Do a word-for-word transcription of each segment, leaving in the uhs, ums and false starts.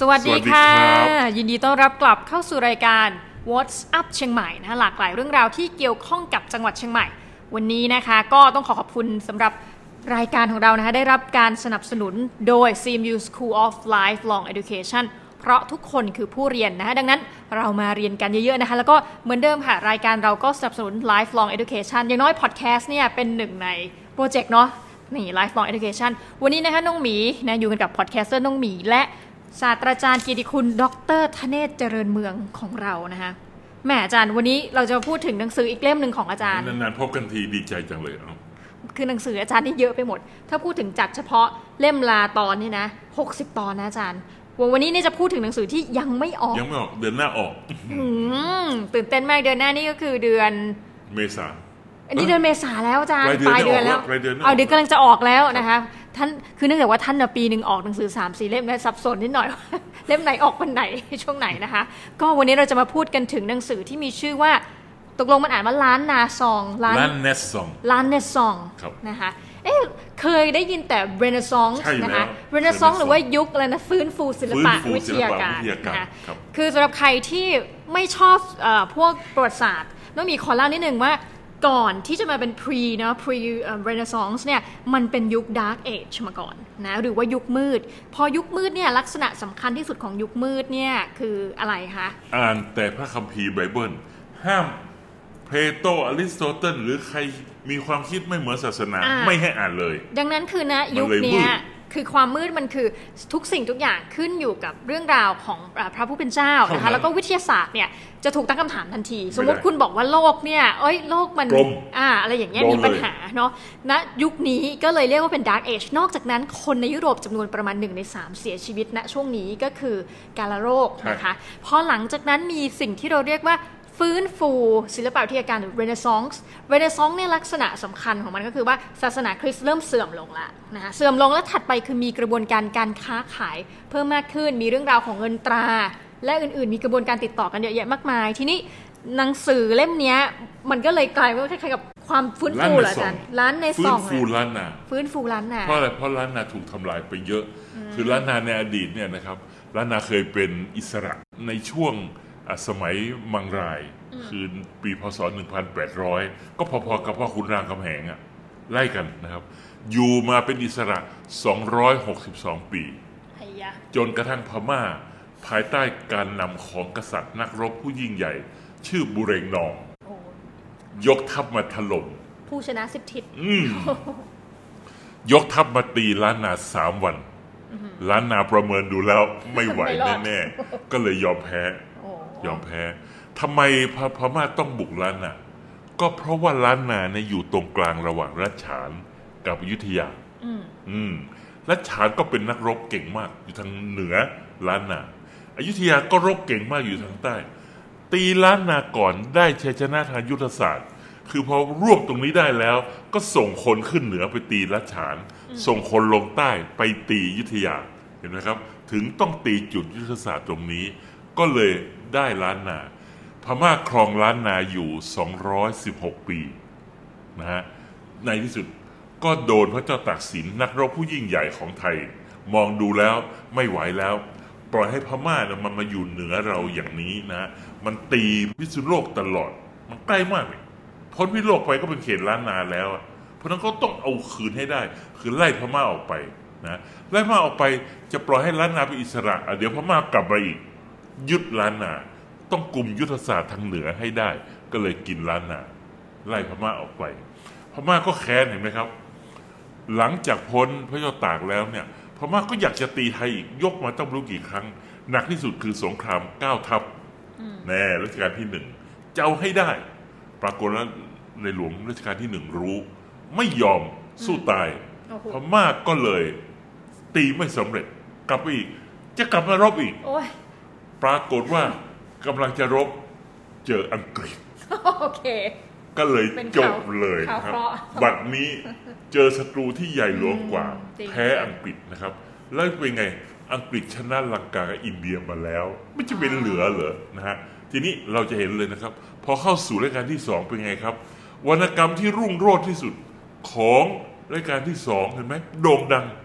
วัสดีค่ะยินดีต้อนรับกลับเข้าสู่รายการ What's Up เชียงใหม่นะหลากหลายเรื่องราวที่เกี่ยวข้องกับจังหวัดเชียงใหม่วันนี้นะคะก็ต้องขอขอบคุณสำหรับรายการของเรานะคะได้รับการสนับสนุนโดย ซี เอ็ม ยู School of Lifelong Education เพราะทุกคนคือผู้เรียนนะคะดังนั้นเรามาเรียนกันเยอะๆนะคะแล้วก็เหมือนเดิมค่ะรายการเราก็สนับสนุน Lifelong Education อย่างน้อยพอดแคสต์เนี่ยเป็นหนึ่งในโปรเจกต์เนาะนี่ Lifelong Education วันนี้นะคะน้องหมีนะอยู่กันกับพอดแคสเตอร์น้องหมีและศาสตราจารย์เกียรติคุณดร.ธเนศเจริญเมืองของเรานะคะแหมอาจารย์วันนี้เราจะพูดถึงหนังสืออีกเล่มหนึ่งของอาจารย์นานๆพบกันทีดีใจจังเลยเอาคือหนังสืออาจารย์นี่เยอะไปหมดถ้าพูดถึงจัดเฉพาะเล่มลาตอนนี่นะหกสิบตอนนะอาจารย์วันนี้นี่จะพูดถึงหนังสือที่ยังไม่ออกยังไม่ออกเดือนหน้าออกตื่นเต้นมากเดือนหน้านี่ก็คือเดือนเมษาอันนี้เดือนเมษาแล้วอาจารย์ปลายเดือนแล้วเอาเดือนกำลังจะออกแล้วนะคะท่านคือเนื่องจากว่าท่านปีนึงออกหนังสือ สามสี่ เล่มนะสับสนนิดหน่อยเล่มไหนออกวันไหนช่วงไหนนะคะก็วันนี้เราจะมาพูดกันถึงหนังสือที่มีชื่อว่าตกลงมันอ่านว่าล้านนาซองล้านเนสซองล้านเนสซองนะคะเอ๊ะเคยได้ยินแต่เรเนซองส์นะคะเรเนซองส์หรือว่ายุคอะไรนะฟื้นฟูศิลปะวิทยาการนะคะคือสำหรับใครที่ไม่ชอบพวกประวัติศาสตร์ต้องมีขอเล่านิดนึงว่าก่อนที่จะมาเป็น pre นะ pre Renaissance เนี่ยมันเป็นยุค Dark Age มาก่อนนะหรือว่ายุคมืดพอยุคมืดเนี่ยลักษณะสำคัญที่สุดของยุคมืดเนี่ยคืออะไรคะอ่านแต่พระคัมภีร์ไบเบิลห้ามเพลโตอริสโตเติลหรือใครมีความคิดไม่เหมือนศาสนาไม่ให้อ่านเลยดังนั้นคือนะยุคนี้คือความมืดมันคือทุกสิ่งทุกอย่างขึ้นอยู่กับเรื่องราวของพระผู้เป็นเจ้านะคะแล้วก็วิทยาศาสตร์เนี่ยจะถูกตั้งคำถามทันทีสมมติคุณบอกว่าโลกเนี่ยเอ้ยโลกมันอ่าอะไรอย่างเงี้ยมีปัญหาเนาะณยุคนี้ก็เลยเรียกว่าเป็น Dark Age นอกจากนั้นคนในยุโรปจำนวนประมาณหนึ่งในสามเสียชีวิตณช่วงนี้ก็คือกาฬโรคนะคะพอหลังจากนั้นมีสิ่งที่เราเรียกว่าฟื้นฟูศิลปวิทยาการหรือ Renaissance Renaissance เนี่ยลักษณะสำคัญของมันก็คือว่าศาสนาคริสต์เริ่มเสื่อมลงละนะคะเสื่อมลงแล้วถัดไปคือมีกระบวนการการค้าขายเพิ่มมากขึ้นมีเรื่องราวของเงินตราและอื่นๆมีกระบวนการติดต่อกันเยอะแยะมากมายทีนี้หนังสือเล่มนี้มันก็เลยกลายเป็นคล้ายๆกับความฟื้นฟูเหรออาจารย์ล้านในซองฟื้นฟูล้านนาฟื้นฟูล้านนาเพราะอะไรเพราะล้านนาถูกทำลายไปเยอะคือล้านนาในอดีตเนี่ยนะครับล้านนาเคยเป็นอิสระในช่วงสมัยมังรายคือปีพ.ศ. หนึ่งพันแปดร้อยก็พอๆกับพ่อขุนรามคำแหงอ่ะไล่กันนะครับอยู่มาเป็นอิสระสองร้อยหกสิบสองปีจนกระทั่งพม่าภายใต้การนำของกษัตริย์นักรบผู้ยิ่งใหญ่ชื่อบุเรงนองยกทัพมาถล่มผู้ชนะสิบทิศยกทัพมาตีล้านนาสามวันล้านนาประเมินดูแล้วไม่ไหวแน่ๆก็เลยยอมแพ้ยอมแพ้ทำไมพม่าต้องบุกล้านนาก็เพราะว่าล้านนาเนี่ยอยู่ตรงกลางระหว่างรัชฉานกับอยุธยาอืมรัชฉานก็เป็นนักรบเก่งมากอยู่ทางเหนือล้านนาอยุธยาก็รบเก่งมากอยู่ทางใต้ตีล้านนาก่อนได้ชัยชนะทางยุทธศาสตร์คือพอรวบตรงนี้ได้แล้วก็ส่งคนขึ้นเหนือไปตีรัชฉานส่งคนลงใต้ไปตีอยุธยาเห็นไหมครับถึงต้องตีจุดยุทธศาสตร์ตรงนี้ก็เลยได้ล้านนาพม่าครองล้านนาอยู่สองร้อยสิบหกปีนะฮะในที่สุดก็โดนพระเจ้าตากสินนักรบผู้ยิ่งใหญ่ของไทยมองดูแล้วไม่ไหวแล้วปล่อยให้พม่าเนี่ยมันมาอยู่เหนือเราอย่างนี้นะมันตีพิษณุโลกตลอดมันใกล้มากเลยพ้นพิษณุโลกไปก็เป็นเขตล้านนาแล้วเพราะนั้นก็ต้องเอาคืนให้ได้คือไล่พม่าออกไปนะไล่พม่าออกไปจะปล่อยให้ล้านนาเป็นอิสระเดี๋ยวพม่ากลับมาอีกยึดล้านนาต้องกลุ่มยุทธศาสตร์ทางเหนือให้ได้ก็เลยกินล้านนาไล่พม่าออกไปพม่าก็แค้นเห็นไหมครับหลังจากพ้นพระเจ้าตากแล้วเนี่ยพม่าก็อยากจะตีไทยอีกยกมาต้องรู้กี่ครั้งหนักที่สุดคือสงครามเก้าทัพแน่รัชกาลที่หนึ่งจะเอาให้ได้ปรากฏว่าในหลวงรัชกาลที่หนึ่งรู้ไม่ยอมสู้ตายพม่าก็เลยตีไม่สำเร็จกลับไปอีกจะกลับมารบอีกปรากฏว่ากำลังจะรบเจออังกฤษโอเคก็เลยจบเลยครับบัดนี้เจอศัตรูที่ใหญ่หลวงกว่าแพ้อังกฤษนะครับแล้วเป็นไงอังกฤษชนะลังกากับอินเดียมาแล้วไม่จะเป็นเหลือเหรอนะฮะทีนี้เราจะเห็นเลยนะครับพอเข้าสู่รัชกาลที่สองเป็นไงครับวรรณกรรมที่รุ่งโรจน์ที่สุดของรัชกาลที่สองเห็นไหมโด่งดัง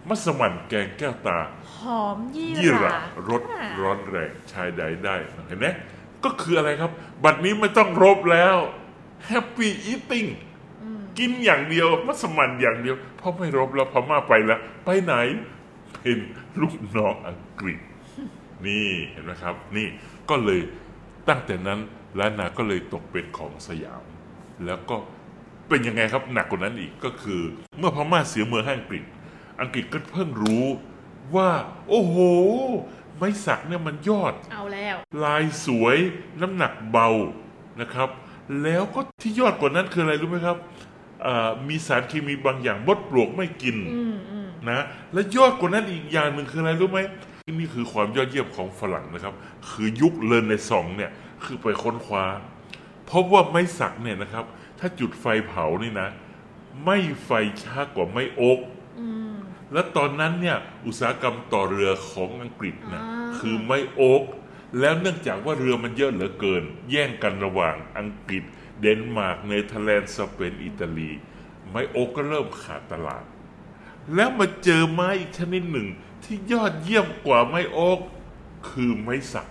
มัสมั่นแกงแก้วตาหอมยี่หร่ารสร้อนแรงชายใดได้เห็นไหมก็คืออะไรครับบัดนี้ไม่ต้องรบแล้วแฮปปี้อีติ้งกินอย่างเดียวมัสมั่นอย่างเดียวเพราะไม่รบแล้วพม่าไปแล้วไปไหนเป็นลูกน้องอังกฤษนี่เห็นไหมครับนี่ก็เลยตั้งแต่นั้นล้านนาก็เลยตกเป็นของสยามแล้วก็เป็นยังไงครับหนักกว่านั้นอีกก็คือเมื่อพม่าเสียเมืองให้อังกฤษอังกฤษก็เพิ่งรู้ว่าโอ้โหไม้สักเนี่ยมันยอดเอาแล้วลายสวยน้ำหนักเบานะครับแล้วก็ที่ยอดกว่านั้นคืออะไรรู้ไหมครับมีสารเคมีบางอย่างมดปลวกไม่กินนะและยอดกว่านั้นอีกอย่างหนึ่งคืออะไรรู้ไหมนี่คือความยอดเยี่ยมของฝรั่งนะครับคือยุคเลินในสองเนี่ยคือไปค้นคว้าเพราะว่าไม้สักเนี่ยนะครับถ้าจุดไฟเผานี่นะไม่ไฟช้ากว่าไม้โอ๊กและตอนนั้นเนี่ยอุตสาหกรรมต่อเรือของอังกฤษนะคือไม้โอ๊กแล้วเนื่องจากว่าเรือมันเยอะเหลือเกินแย่งกันระหว่างอังกฤษเดนมาร์กเนเธอร์แลนด์สเปนอิตาลีไม้โอ๊กก็เริ่มขาดตลาดแล้วมาเจอไม้อีกชนิดหนึ่งที่ยอดเยี่ยมกว่าไม้โอ๊กคือไม้สัก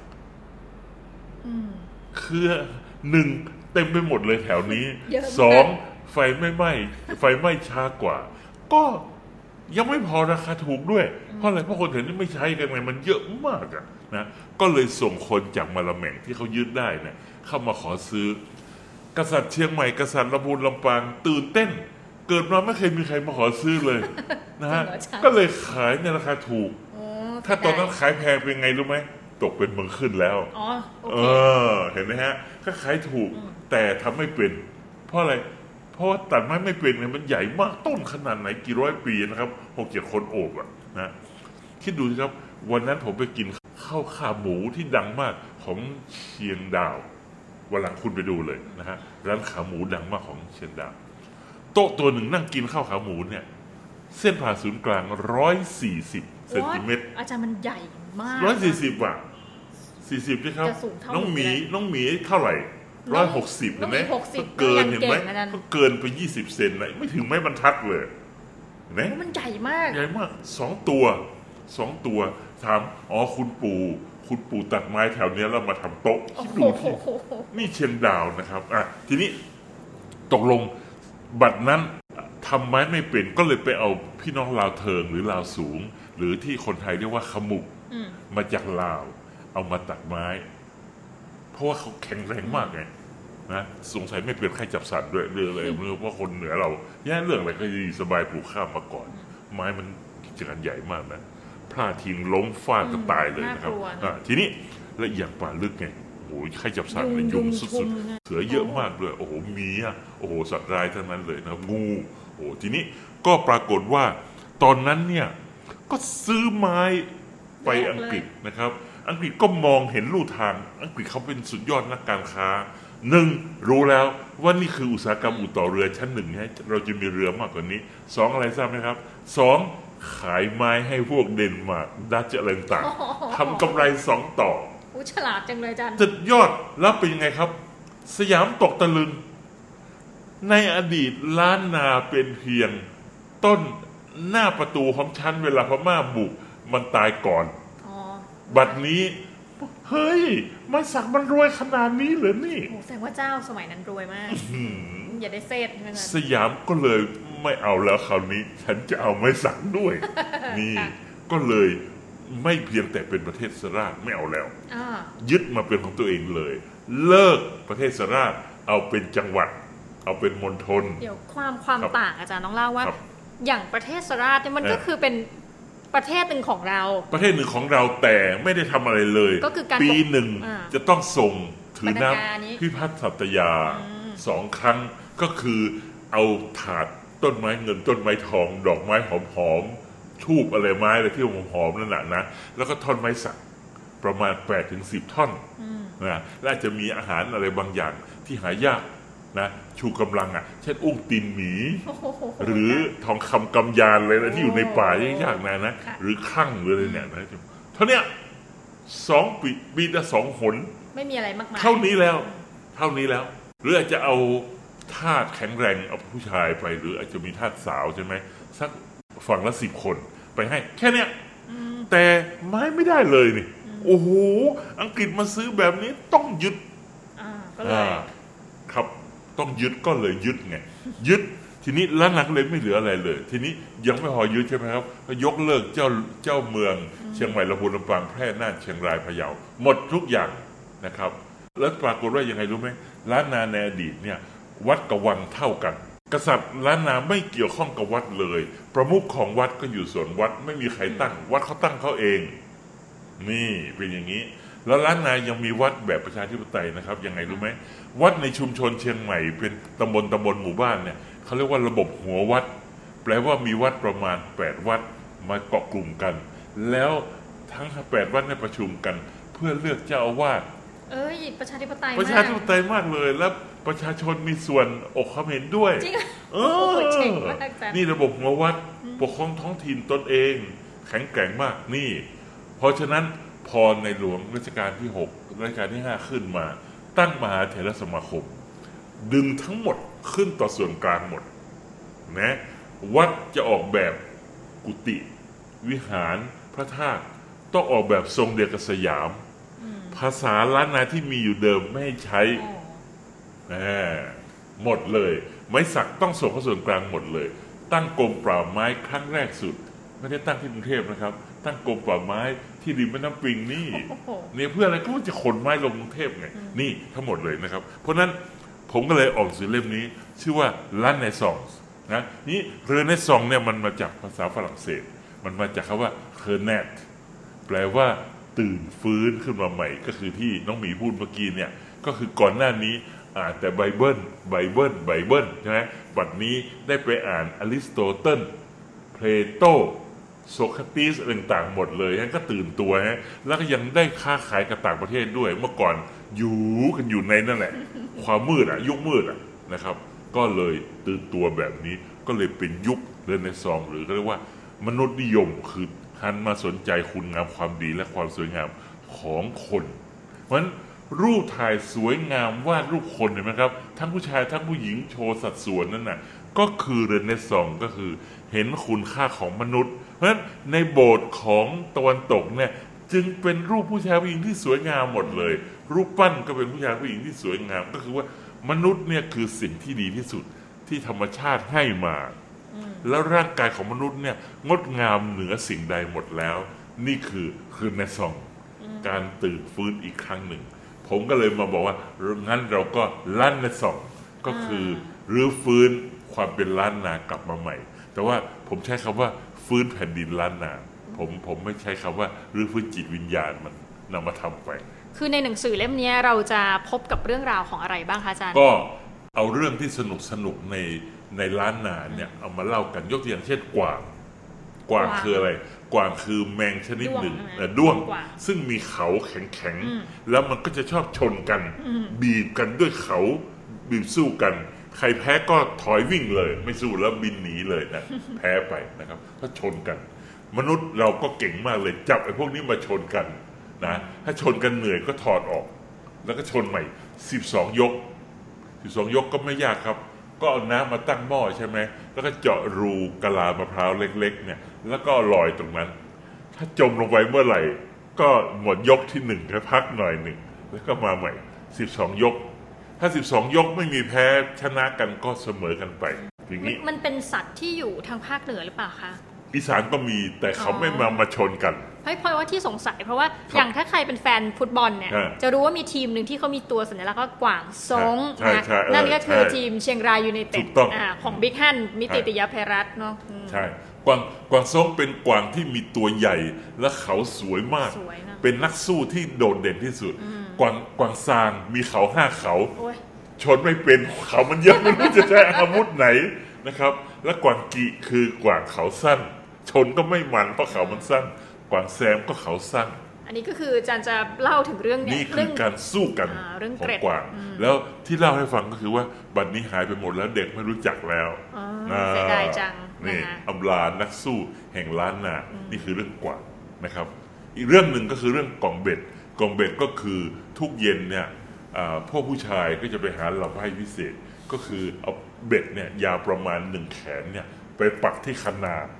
คือหนึ่งเต็มไปหมดเลยแถวนี้สองไฟไม่ไหม้ไฟไหม้ช้ากว่าก็ยังไม่พอราคาถูกด้วยเพราะอะไรเพราะคนแถวนี้ไม่ใช้กันไงมันเยอะมากอะนะก็เลยส่งคนจากมาละแมงที่เขายึดได้เนี่ยเข้ามาขอซื้อกษัตริย์เชียงใหม่กษัตริย์ลำพูนลำปางตื่นเต้นเกิดมาไม่เคยมีใครมาขอซื้อเลยนะฮะก็เลยขายในราคาถูกถ้าตอนนั้นขายแพงเป็นไงรู้ไหมตกเป็นเมืองขึ้นแล้วอ๋อเออเห็นไหมฮะก็ขายถูกแต่ทำไม่เป็นเพราะอะไรเพราะว่าตัดไม้ไม่เป็นเนี่ยมันใหญ่มากต้นขนาดไหนกี่ร้อยปีนะครับหกเจ็ดคนโอบอ่ะนะคิดดูสิครับวันนั้นผมไปกินข้าวขาหมูที่ดังมากของเชียงดาววันหลังคุณไปดูเลยนะฮะร้านขาหมูดังมากของเชียงดาวโต๊ะตัวหนึ่งนั่งกินข้าวขาหมูเนี่ยเส้นผ่าศูนย์กลางร้อยสี่สิบเซนติเมตรอาจารย์มันใหญ่มากร้อยสี่สิบอ่ะสี่สิบใช่ครับน้องหมีน้องหมีเท่าไหร่ร้อยหกสิบเห็นไหมเกินเห็นไหมก็เกินไปยี่สิบเซนเลยไม่ถึงไม่บรรทัดเลยเห็นไหมมันใหญ่มากใหญ่มากสองตัวสองตัวถามอ๋อคุณปู่คุณปู่ตัดไม้แถวนี้แล้วมาทำโต๊ะคิดดูที่นี่เชียงดาวนะครับอ่ะทีนี้ตกลงบัดนั้นทำไม้ไม่เป็นก็เลยไปเอาพี่น้องลาวเทิงหรือลาวสูงหรือที่คนไทยเรียกว่าขมุกมาจากลาวเอามาตัดไม้เพราะว่าเขาแข็งแรงมากไงนะสงสัยไม่เป็นไข้จับสันด้วยเรื่องอะไรเรื่องเพราะคนเหนือเราแย่เรื่องอะไรก็ดีสบายปลูกข้ามมาก่อนไม้มันกิจการใหญ่มากนะพลาดทิ้งล้มฟาดก็ตายเลยนะครับทีนี้และอย่างป่าลึกไงโอ้โหไข้จับสันมันยุงสุดๆเสือเยอะมากด้วยโอ้โหมีอ่ะโอ้โหสัตว์ร้ายทั้งนั้นเลยนะงูโอ้ทีนี้ก็ปรากฏว่าตอนนั้นเนี่ยก็ซื้อไม้ไปอังกฤษนะครับอังกฤษก็มองเห็นลู่ทางอังกฤษเขาเป็นสุดยอดนักการค้าหนึ่งรู้แล้วว่านี่คืออุตสาหกรรมอู่ต่อเรือชั้นหนึ่งให้เราจะมีเรือมากกว่านี้สองอะไรทราบไหมครับสองขายไม้ให้พวกเดนมาร์กดัตช์อะไรต่างทำกำไรสองต่ออู้ฉลาดจังเลยจันสุดยอดแล้วเป็นยังไงครับสยามตกตะลึงในอดีตล้านนาเป็นเพียงต้นหน้าประตูของชั้นเวลาพม่าบุกมันตายก่อนบัดนี้เฮ้ยไม้สักมันรวยขนาดนี้เหรอนี่โอ้แสดงว่าเจ้าสมัยนั้นรวยมากอย่าได้เซธใช่ไหมครับสยามก็เลยไม่เอาแล้วคราวนี้ฉันจะเอาไม้สักด้วย นี่ก็เลยไม่เพียงแต่เป็นประเทศสราชไม่เอาแล้วยึดมาเป็นของตัวเองเลยเลิกประเทศสราชเอาเป็นจังหวัดเอาเป็นมณฑลเดี๋ยวความความต่างอาจารย์ต้องเล่าว่าอย่างประเทศสราชเนี่ยมันก็คือเป็นประเทศหนึ่งของเราประเทศหนึ่งของเราแต่ไม่ได้ทำอะไรเลยก็คือการปีหนึ่งจะต้องส่งถือน้ำพิพัฒน์สัตยาสองครั้งก็คือเอาถาดต้นไม้เงินต้นไม้ทองดอกไม้หอมๆทูบอะไรไม้อะไรที่หอมๆนั่นแหละนะแล้วก็ท่อนไม้สักประมาณ แปดถึงสิบ ท่อนนะและจะมีอาหารอะไรบางอย่างที่หายากนะชูกำลังอ่ะเช่นอุ้งตีนหมีหรือทองคำกำยานเลยนะที่อยู่ในป่ายากๆนะนะหรือคลั่งหรืออะไรเนี่ยนะเท่านี้สองปีปีละสองหนไม่มีอะไรมากมายเท่านี้แล้วเท่านี้แล้วหรืออาจจะเอาทาสแข็งแรงเอาผู้ชายไปหรืออาจจะมีทาสสาวใช่ไหมสักฝั่งละสิบคนไปให้แค่เนี้ยแต่ไม้ไม่ได้เลยนี่โอ้โหอังกฤษมาซื้อแบบนี้ต้องยึดครับต้องยึดก็เลยยึดไงยึดทีนี้ล้านนาก็เลยไม่เหลืออะไรเลยทีนี้ยังไม่พอยึดใช่ไหมครับยกเลิกเจ้าเจ้าเมืองเชียงใหม่ลำพูนลำปางแพร่น่านเชียงรายพะเยาหมดทุกอย่างนะครับแล้วปรากฏว่ายังไงรู้ไหมล้านนาในอดีตเนี่ยวัดกับวังเท่ากันกษัตริย์ล้านนาไม่เกี่ยวข้องกับวัดเลยประมุขของวัดก็อยู่ส่วนวัดไม่มีใครตั้งวัดเขาตั้งเขาเองนี่เป็นอย่างนี้แล้วล้านนายังมีวัดแบบประชาธิปไตยนะครับยังไงรู้ไหมวัดในชุมชนเชียงใหม่เป็นตำบลตำบลหมู่บ้านเนี่ยเขาเรียกว่าระบบหัววัดแปลว่ามีวัดประมาณแปดวัดมาเกาะกลุ่มกันแล้วทั้งแปดวัดได้ประชุมกันเพื่อเลือกเจ้าอาวาสเอ้ยประชาธิปไตยประชาธิปไตยมากเลยแล้วประชาชนมีส่วนอกความเห็นด้วยจริงเออนี่ระบบหัววัดปกครองท้องถิ่นตนเองแข็งแกร่งมากนี่เพราะฉะนั้นพอในหลวงรัชกาลที่หกรัชกาลที่ห้าขึ้นมาตั้งมหาเถรสมาคมดึงทั้งหมดขึ้นต่อส่วนกลางหมดนะวัดจะออกแบบกุฏิวิหารพระธาตุต้องออกแบบทรงเดียวกับสยามภาษาล้านนาที่มีอยู่เดิมไม่ให้ใช้หมดเลยไม้สักต้องส่งเข้าส่วนกลางหมดเลยตั้งกรมป่าไม้ครั้งแรกสุดไม่ได้ตั้งที่กรุงเทพนะครับตั้งกรมป่าไม้ที่ริมแม่น้ำปิงนี่เนี่ยเพื่ออะไรก็จะขนไม้ลงกรุงเทพไงนี่ทั้งหมดเลยนะครับเพราะนั้นผมก็เลยออกหนังสือเล่มนี้ชื่อว่าล้านในซองนะนี่เรือในซองเนี่ยมันมาจากภาษาฝรั่งเศสมันมาจากคำว่าเคอร์เนตแปลว่าตื่นฟื้นขึ้นมาใหม่ก็คือที่น้องหมีพูดเมื่อกี้เนี่ยก็คือก่อนหน้านี้อ่านแต่ไบเบิลไบเบิลไบเบิลใช่ไหมบัดนี้ได้ไปอ่านอริสโตเติลเพลโตโซเคราติสต่างๆหมดเลยฮะก็ตื่นตัวฮะแล้วก็ยังได้ค้าขายกับต่างประเทศด้วยเมื่อก่อนอยู่กันอยู่ในนั่นแหละความมืดอ่ะยุคมืดอ่ะนะครับก็เลยตื่นตัวแบบนี้ก็เลยเป็นยุคเรเนซองส์หรือเรียกว่ามนุษยนิยมคือหันมาสนใจคุณงามความดีและความสวยงามของคนเพราะฉะนั้นรูปถ่ายสวยงามวาดรูปคนเห็นไหมครับทั้งผู้ชายทั้งผู้หญิงโชว์สัดส่วนนั่นน่ะก็คือเรเนซองส์ก็คือเห็นคุณค่าของมนุษย์เพราะฉะนั้นในโบสถ์ของตะวันตกเนี่ยจึงเป็นรูปผู้ชายผู้หญิงที่สวยงามหมดเลยรูปปั้นก็เป็นผู้ชายผู้หญิงที่สวยงามก็คือว่ามนุษย์เนี่ยคือสิ่งที่ดีที่สุดที่ธรรมชาติให้มาแล้วร่างกายของมนุษย์เนี่ยงดงามเหนือสิ่งใดหมดแล้วนี่คือคือเรเนซองส์การตื่นฟื้นอีกครั้งหนึ่งผมก็เลยมาบอกว่างั้นเราก็ล้านเรเนซองส์ก็คือรื้อฟื้นความเป็นล้านนากลับมาใหม่แต่ว่าผมใช้คำว่าฟื้นแผ่นดินล้านนาผมผมไม่ใช้คำว่ารื้อฟื้นจิตวิญญาณมันนำมาทำไปคือในหนังสือเล่มนี้เราจะพบกับเรื่องราวของอะไรบ้างคะอาจารย์ก็เอาเรื่องที่สนุกสนุกในในล้านนาเนี่ยเอามาเล่ากันยกตัวอย่างเช่นกวางกวางคืออะไรกวางคือแมงชนิดหนึ่งด้วงซึ่งมีเขาแข็งๆแล้วมันก็จะชอบชนกันบีบกันด้วยเขาบีบสู้กันใครแพ้ก็ถอยวิ่งเลยไม่สู้แล้วบินหนีเลยนะแพ้ไปนะครับก็ชนกันมนุษย์เราก็เก่งมากเลยจับไอ้พวกนี้มาชนกันนะถ้าชนกันเหนื่อยก็ถอดออกแล้วก็ชนใหม่สิบสองยกสิบสองยกก็ไม่ยากครับก็เอาน้ำมาตั้งหม้อใช่ไหมแล้วก็เจาะรูกะลามะพร้าวเล็กๆเนี่ยแล้วก็ลอยตรงนั้นถ้าจมลงไปเมื่อไหร่ก็หมดยกที่หนึ่งแค่พักหน่อยหนึ่งแล้วก็มาใหม่สิบสองยกถ้าสิบสองยกไม่มีแพ้ชนะกันก็เสมอกันไปอย่างนี้มันเป็นสัตว์ที่อยู่ทางภาคเหนือหรือเปล่าคะอีสานก็มีแต่เขาไม่มามาชนกันเพราะเพราะว่าที่สงสัยเพราะว่าอย่างถ้าใครเป็นแฟนฟุตบอลเนี่ยจะรู้ว่ามีทีมหนึ่งที่เขามีตัวสัญลักษณ์ก็กวางซงนะนั่นก็คือทีมเชียงรายยูไนเต็ดของบิ๊กฮั่นมิติติยภัยรัตน์เนาะใช่กวางกวางซงเป็นกวางที่มีตัวใหญ่และเขาสวยมากเป็นนักสู้ที่โดดเด่นที่สุดกวางกวางซางมีเขาห้าเขาชนไม่เป็นเขามันเยอะไม่รู้จะใช้อาวุธไหนนะครับและกวางกีคือกวางเขาสั้นชนก็ไม่มันเพราะเขามันสั้นกวางแซมก็เขาสั้นอันนี้ก็คืออาจารย์จะเล่าถึงเรื่องนี้คือการสู้กันของกวางแล้วที่เล่าให้ฟังก็คือว่าบัดนี้หายไปหมดแล้วเด็กไม่รู้จักแล้วเสียดายจังนี่อำลานักสู้แห่งล้านนานี่คือเรื่องกวางนะครับอีกเรื่องหนึ่งก็คือเรื่องกองเบ็ดกองเบ็ดก็คือทุกเย็นเนี่ยพวกผู้ชายก็จะไปหาลำไพ่พิเศษก็คือเอาเบ็ดเนี่ยยาวประมาณหนึ่งแขนเนี่ยไปปักที่คันนา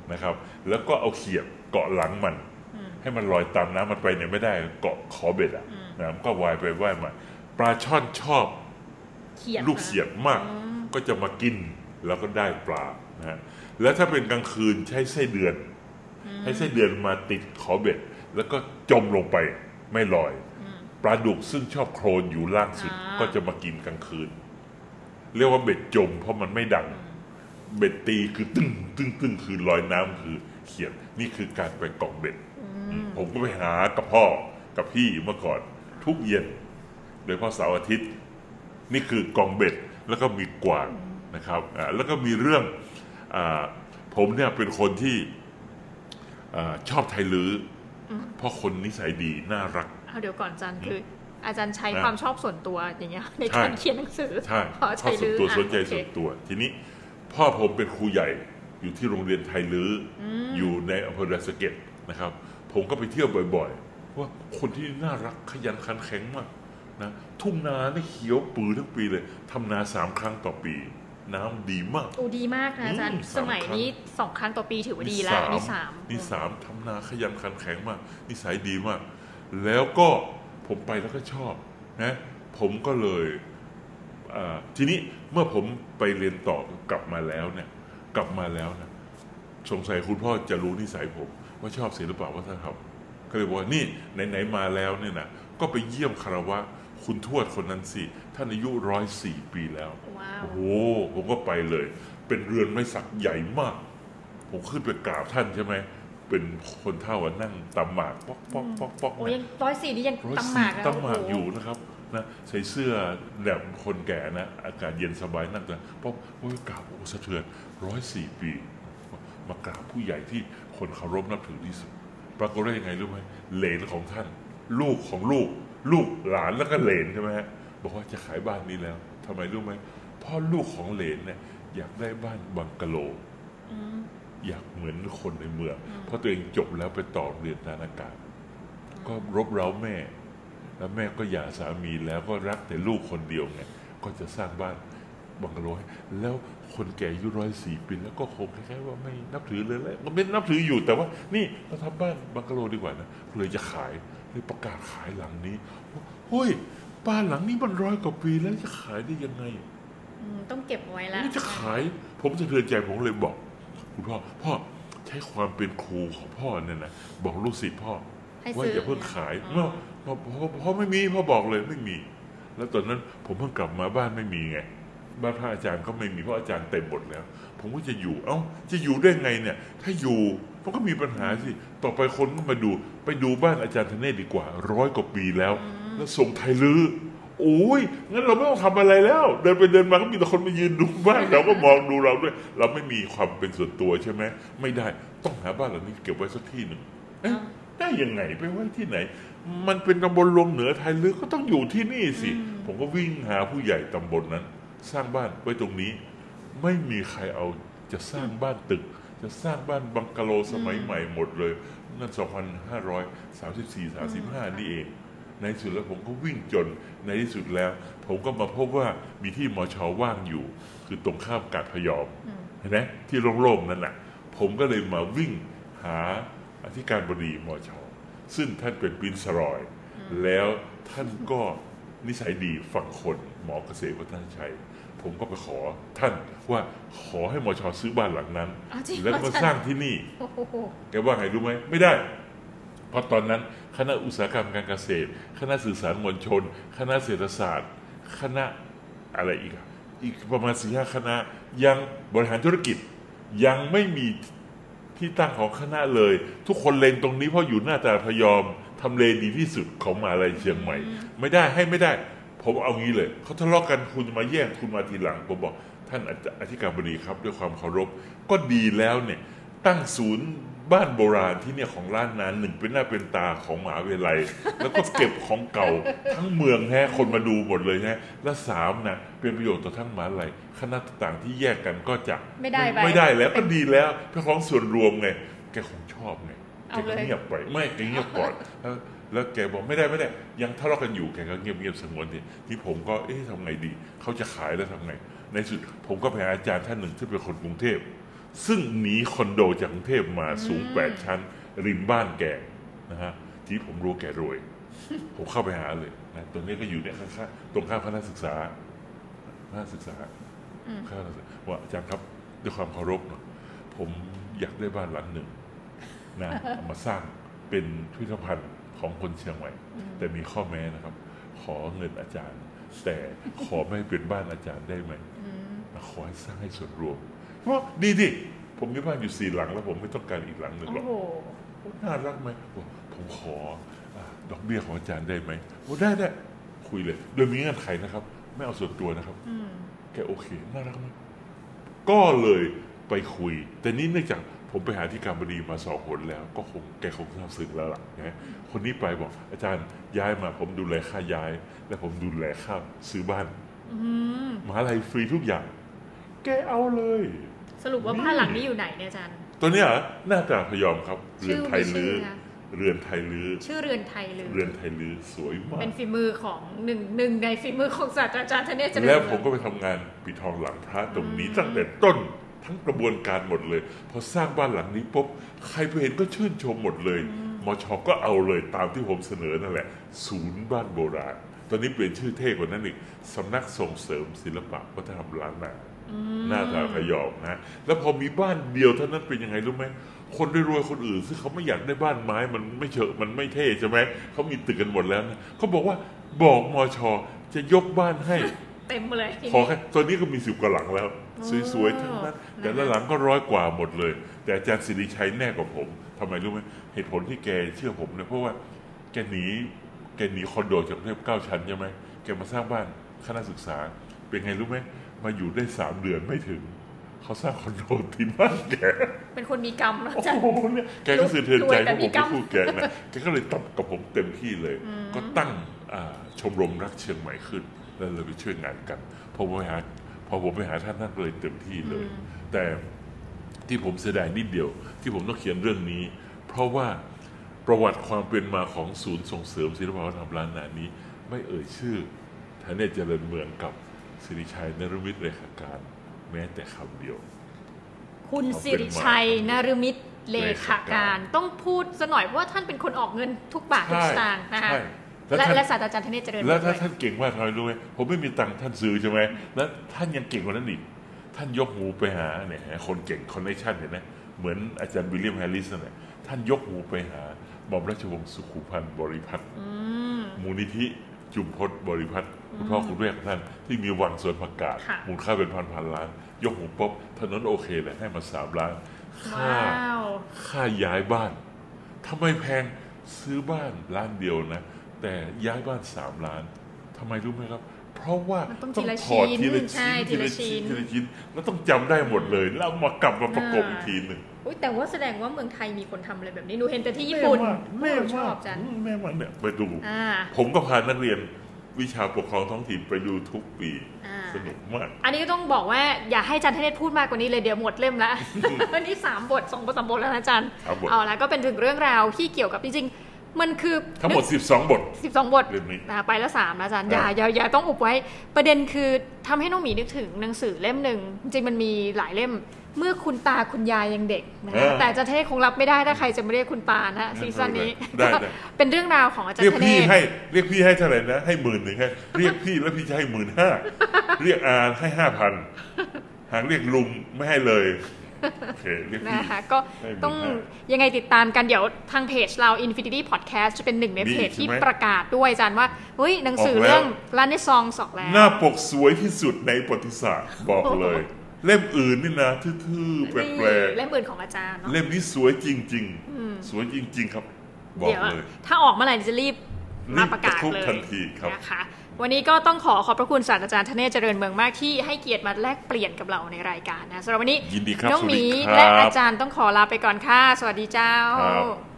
นะครับแล้วก็เอาเขียดเกาะหลังมันให้มันลอยตามน้ำมันไปเนี่ยไม่ได้เกาะขอเบ็ดอ่ะนะมันก็ว่ายไปว่ายมาปลาช่อนชอบลูกเขียดมากก็จะมากินแล้วก็ได้ปลานะฮะแล้วถ้าเป็นกลางคืนใช้ไส้เดือนให้ไส้เดือนมาติดขอเบ็ดแล้วก็จมลงไปไม่ลอยปลาดุกซึ่งชอบโคลนอยู่ล่างสุดก็จะมากินกลางคืนเรียกว่าเบ็ดจมเพราะมันไม่ดังเบ็ดตีคือตึ้งตึ้งตึ้งคือลอยน้ำคือเขียดนี่คือการไปเกาะเบ็ดผมก็ไปหากับพ่อกับพี่เมื่อก่อนทุกเย็นโดยเฉพาะเสาร์อาทิตย์นี่คือกองเบ็ดแล้วก็มีกวางนะครับแล้วก็มีเรื่องอผมเนี่ยเป็นคนที่ชอบไทยลื้อเพราะคนนิสัยดีน่ารักเดี๋ยวก่อนอาจารย์คืออาจารย์ใช้ความชอบส่วนตัวอย่างเงี้ยในการเขียนหนังสือใช่ชอบส่วนตัวสนใจส่วนตัวทีนี้พ่อผมเป็นครูใหญ่อยู่ที่โรงเรียนไทยลื้ออยู่ในอำเภอดอยสะเก็ดนะครับผมก็ไปเที่ยวบ่อยๆว่าคนที่น่ารักขยันขันแข็งมากนะทุ่งนาเนี่ยเขียวปือทั้งปีเลยทำนาสามครั้งต่อปีน้ำดีมากโอ้ดีมากนะอาจารย์สมัยนี้สองครั้งต่อปีถือว่าดีแล้วนี่สามนี่สามทำนาขยันขันแข็งมากนิสัยดีมากแล้วก็ผมไปแล้วก็ชอบนะผมก็เลยทีนี้เมื่อผมไปเรียนต่อกลับมาแล้วเนี่ยกลับมาแล้วนะสงสัยคุณพ่อจะรู้นิสัยผมว่าชอบศิลปะวัฒนธรรมก็เลยบอกว่านี่ไหนๆมาแล้วเนี่ยนะก็ไปเยี่ยมคารวะคุณทวดคนนั้นสิท่านอายุร้อยสี่ปีแล้วโอ้โหผมก็ไปเลยเป็นเรือนไม้สักใหญ่มากผมขึ้นไปกราบท่านใช่ไหมเป็นคนเฒ่านั่งตำหมากป๊อกป๊อกป๊อกป๊อกโอ้ยังร้อยสี่นี่ยังตำหมากตำหมากอยู่นะครับนะใส่เสื้อแบบคนแก่นะอากาศเย็นสบายนั่งแต่ป๊อกโอ้ยกราบโอ้สะเทือนร้อยสี่ปีมากราบผู้ใหญ่ที่คนเคารพนับถือที่สุดปรากฏได้ยังไงรู้ไหมเหลนของท่านลูกของลูกลูกหลานแล้วก็เหลนใช่ไหมฮะบอกว่าจะขายบ้านนี้แล้วทำไมรู้ไหมพ่อลูกของเหลนเนี่ยอยากได้บ้านบังกะโลอยากเหมือนคนในเมืองเพราะตัวเองจบแล้วไปต่อเรียนทางอากาศก็รบเร้าแม่แล้วแม่ก็หย่าสามีแล้วก็รักแต่ลูกคนเดียวไงก็จะสร้างบ้านบังกะโลแล้วคนแก่อายุร้อยสี่ปีแล้วก็คงคล้ายๆว่าไม่นับถือเลยแล้วมันไม่นับถืออยู่แต่ว่านี่เราทำบ้านบังกะโลดีกว่านะเลยจะขายเลยประกาศขายหลังนี้เฮ้ยบ้านหลังนี้มันร้อยกว่าปีแล้วจะขายได้ยังไงต้องเก็บไว้แล้วจะขายผมจะเตือนใจผมเลยบอกคุณพ่อพ่อใช้ความเป็นครูของพ่อเนี่ยนะบอกลูกศิษย์พ่อว่าอย่าเพิ่งขายเมื่อพ่อพ่อไม่มีพ่อบอกเลยไม่มีแล้วตอนนั้นผมเพิ่งกลับมาบ้านไม่มีไงบ้านพระอาจารย์ก็ไม่มีเพราะอาจารย์เต็มหมดแล้วผมก็จะอยู่เอ้าจะอยู่ได้ไงเนี่ยถ้าอยู่มันก็มีปัญหาสิต่อไปคนก็มาดูไปดูบ้านอาจารย์ธเนศดีกว่าร้อยกว่าปีแล้วแล้วส่งไทยลื้อโอ้ยงั้นเราไม่ต้องทำอะไรแล้วเดินไปเดินมาก็มีแต่คนมายืนดูบ้านเราก็มองดูเราด้วยเราไม่มีความเป็นส่วนตัวใช่ไหมไม่ได้ต้องหาบ้านหลังนี้เก็บไว้สักที่หนึ่งได้ยังไงไปไว้ที่ไหนมันเป็นตำบลลงเหนือไทยลื้อก็ต้องอยู่ที่นี่สิผมก็วิ่งหาผู้ใหญ่ตำบลนั้นสร้างบ้านไว้ตรงนี้ไม่มีใครเอาจะสร้างบ้านตึกจะสร้างบ้านบังกะโลสมัยใหม่หมดเลยนั่นสองพันห้าร้อยสามสิบสี่ สามสิบห้านี่เองในที่สุดแล้วผมก็วิ่งจนในที่สุดแล้วผมก็มาพบว่ามีที่มช.ว่างอยู่คือตรงข้ามกาดพยอมเห็นไหมที่โล่งๆนั่นแหละผมก็เลยมาวิ่งหาอธิการบดีมช.ซึ่งท่านเป็นปรินซ์รอยแล้วท่านก็นิสัยดีฝั่งคนหมอเกษตรวัฒนชัยผมก็ไปขอท่านว่าขอให้มช.ซื้อบ้านหลังนั้นแล้วก็สร้างที่นี่แกว่าไงรู้ไหมไม่ได้เพราะตอนนั้นคณะอุตสาหกรรมการเกษตรคณะสื่อสารมวลชนคณะเศรษฐศาสตร์คณะอะไรอีกอีกประมาณสี่ห้าคณะยังบริหารธุรกิจยังไม่มีที่ตั้งของคณะเลยทุกคนเล็งตรงนี้เพราะอยู่หน้าตาพยอมทำเลดีที่สุดของมหาวิทยาลัยเชียงใหม่ไม่ได้ให้ไม่ได้ผมเอางี้เลยเขาทะเลาะกันคุณมาแย่งคุณมาทีหลังผมบอกท่านอธิการบดีครับด้วยความเคารพก็ดีแล้วเนี่ยตั้งศูนย์บ้านโบราณที่เนี่ยของล้านนาหนึ่งเป็นหน้าเป็นตาของมหาวิทยาลัยแล้วก็เก็บของเก่าทั้งเมืองแท้คนมาดูหมดเลยฮะและสามนะเป็นประโยชน์ต่อทั้งมหาวิทยาลัยคณะต่างๆที่แยกกันก็จะไม่ได้ไม่ได้แล้วก็ดีแล้วเพื่อของส่วนรวมไงแกคงชอบไงแกก็เงียบไปไม่แกเงียบก่อนแล้วแล้วแกบอกไม่ได้ไม่ได้ยังทะเลาะกันอยู่แกก็เงียบเงียบสงวนทีที่ผมก็เอ๊ะทำไงดีเขาจะขายแล้วทำไงในสุดผมก็ไปหาอาจารย์ท่านหนึ่งที่เป็นคนกรุงเทพซึ่งหนีคอนโดจากกรุงเทพมาสูงแปดชั้นริมบ้านแกนะฮะที่ผมรู้แกรวยผมเข้าไปหาเลยนะตรงนี้ก็อยู่เนี่ยข้างๆตรงข้ามคณะศึกษาคณะศึกษาข้างว่าอาจารย์ครับด้วยความเคารพนะผมอยากได้บ้านหลังหนึ่งนะเอามาสร้างเป็นพิพิธภัณฑ์ของคนเชียงใหม่แต่มีข้อแม้นะครับขอเงินอาจารย์แต่ขอไม่เป็นบ้านอาจารย์ได้ไหมขอให้สร้างให้ส่วนรวมเพราะดีดิผมมีบ้านอยู่สี่หลังแล้วผมไม่ต้องการอีกหลังหนึ่งหรอกน่ารักไหมผมขอดอกเบี้ยของอาจารย์ได้ไหมว่าได้ได้คุยเลยโดยมีเงื่อนไขนะครับไม่เอาส่วนตัวนะครับแกโอเคน่ารักไหมก็เลยไปคุยแต่นี่เนื่องจากผมไปหาที่การบดีมาสองคนแล้วก็คงแกคงทราบซึ้งแล้วล่ะนะคนนี้ไปบอกอาจารย์ย้ายมาผมดูแลค่าย้ายและผมดูแลค่าซื้อบ้านมหาลัยฟรีทุกอย่างแกเอาเลยสรุปว่าบ้านหลังนี้อยู่ไหนเนี่ยอาจารย์ตัวนี้เหรอหน้าตาพยอมครับเรือนไทยลื้อเรือนไทยลื้อชื่อเรือนไทยลื้อเรือนไทยลื้อสวยมากเป็นฝีมือของหนึ่งหนึ่งในฝีมือของศาสตราจารย์ธเนศเจริญแล้วผมก็ไปทำงานปิดทองหลังพระตรงนี้ตั้งแต่ต้นทั้งกระบวนการหมดเลยพอสร้างบ้านหลังนี้ปุ๊บใครไปเห็นก็ชื่นชมหมดเลยมช.ก็เอาเลยตามที่ผมเสนอนั่นแหละศูนย์บ้านโบราณตอนนี้เปลี่ยนชื่อเท่กว่านั้นอีกสำนักส่งเสริมศิลปะวัฒนธรรมล้านนาหน้าตาพยอมนะแล้วพอมีบ้านเดียวเท่านั้นเป็นยังไงรู้ไหมคนรวยๆคนอื่นซึ่งเขาไม่อยากได้บ้านไม้มันไม่เฉอะมันไม่เท่ใช่ไหมเขามีตึกกันหมดแล้วนะเขาบอกว่าบอกมช.จะยกบ้านให้เต็มเลยขอแค่ตอนนี้ก็มีสิบกว่าหลังแล้วสวยๆทั้งนั้นแต่ละหลังก็ร้อยกว่าหมดเลยแต่อาจารย์ศิริชัยแน่กว่าผมทำไมรู้ไหมเหตุผลที่แกเชื่อผมเนี่ยเพราะว่าแกหนีแกหนีคอนโดจากกรุงเทพเก้าชั้นใช่ไหมแกมาสร้างบ้านคณะศึกษาเป็นไงรู้ไหมมาอยู่ได้สามเดือนไม่ถึงเขาสร้างคอนโดที่บ้านแกเป็นคนมีกรรมนะจ๊ะเนี่ยแกก็สื่อเทือนใจว่าผมไม่พูดแกนะแกก็เลยตับกับผมเต็มที่เลยก็ตั้งชมรมรักเชียงใหม่ขึ้นแล้วเลยไปช่วยงานกันพอผมไปหาพอผมไปหาท่านท่านเลยเต็มที่เลยแต่ที่ผมเสียดายนิดเดียวที่ผมต้องเขียนเรื่องนี้เพราะว่าประวัติความเป็นมาของศูนย์ส่งเสริมศิลปวัฒนธรรมล้านนานี้ไม่เอ่ยชื่อธเนศเจริญเมืองกับศิริชัยนฤมิตเลขาการแม้แต่คำเดียวคุณศิริชัยนฤมิตเลขาการต้องพูดซะหน่อยเพราะว่าท่านเป็นคนออกเงินทุกบาททุกสตางค์นะคะและศาสตราจารย์ธเนศเจริญแล้วถ้าท่านเก่งมากทำไมรู้ไหมผมไม่มีตังค์ท่านซื้อใช่ไหมแล้วท่านยังเก่งกว่านั้นอีกท่านยกหูไปหาเนี่ยคนเก่งคอนเนคชั่นเห็นไหมเหมือนอาจารย์วิลเลียมแฮร์ริสเนี่ยท่านยกหูไปหาหม่อมราชวงศ์สุขุพันธ์บริพัตรมูลนิธิจุมพจน์บริพัตรคุณพ่อคุณแม่ของท่านที่มีวังสวนผักกาดมูลค่าเป็นพันพันล้านยกหูปุ๊บถนนโอเคเลยให้มาสามล้านค่าค่าย้ายบ้านทำไมแพงซื้อบ้านล้านเดียวนะแต่ย้ายบ้านสามล้านทำไมรู้ไหมครับเพราะว่าต้องถอดทีละชิ้นทีละชิ้นทีละชิ้นแล้วต้องจำได้หมดเลยแล้วมากลับมาประกบอีกทีหนึ่งแต่ว่าแสดงว่าเมืองไทยมีคนทำอะไรแบบนี้หนูเห็นแต่ที่ญี่ปุ่นแม่ชอบจันแม่มันเนี่ยไปดูผมก็พานักเรียนวิชาปกครองท้องถิ่นไปดูทุกปีสนุกมากอันนี้ก็ต้องบอกว่าอย่าให้อาจารย์ธเนศพูดมากกว่านี้เลยเดี๋ยวหมดเล่มแล้ววันนี้สามบทสองบทสามบทแล้วนะอาจารย์เอาละก็เป็นถึงเรื่องราวที่เกี่ยวกับจริงมันคือทั้งหมดสิบสองบทสิบสองบทนะไปแล้วสามนะอาจารย์อย่าอย่าอย่าต้องอุบไว้ประเด็นคือทำให้น้องหมีนึกถึงหนังสือเล่มหนึ่งจริงมันมีหลายเล่มเมื่อคุณตาคุณยายยังเด็กนะแต่อาจารย์ธเนศคงรับไม่ได้ถ้าใครจะไม่เรียกคุณตานะซีซั่นนี้เป็นเรื่องราวของอาจารย์ธเนศเรียกพี่ให้เรียกพี่ให้เท่าไหร่นะให้หมื่นหนึ่งให้เรียกพี่แล้วพี่จะให้หมื่นห้าเรียกอาให้ห้าพันหากเรียกลุงไม่ให้เลยนะคะก็ต้องยังไงติดตามกันเดี๋ยวทางเพจเรา Infinity Podcast จะเป็นหนึ่งในเพจที่ประกาศด้วยอาจารย์ว่าเฮ้ยหนังสือเรื่องร้านในซองสอกแล้วหน้าปกสวยที่สุดในประวัติศาสตร์บอกเลยเล่มอื่นนี่นะทื่อๆแปลกๆเล่มอื่นของอาจารย์เล่มนี้สวยจริงๆสวยจริงๆครับบอกเลยถ้าออกเมื่อไหร่จะรีบมาประกาศเลยทันทีครับนะคะวันนี้ก็ต้องขอขอบพระคุณศาสตราจารย์ธเนศเจริญเมืองมากที่ให้เกียรติมาแลกเปลี่ยนกับเราในรายการนะสำหรับวันนี้น้องหมีและอาจารย์ต้องขอลาไปก่อนค่ะสวัสดีเจ้า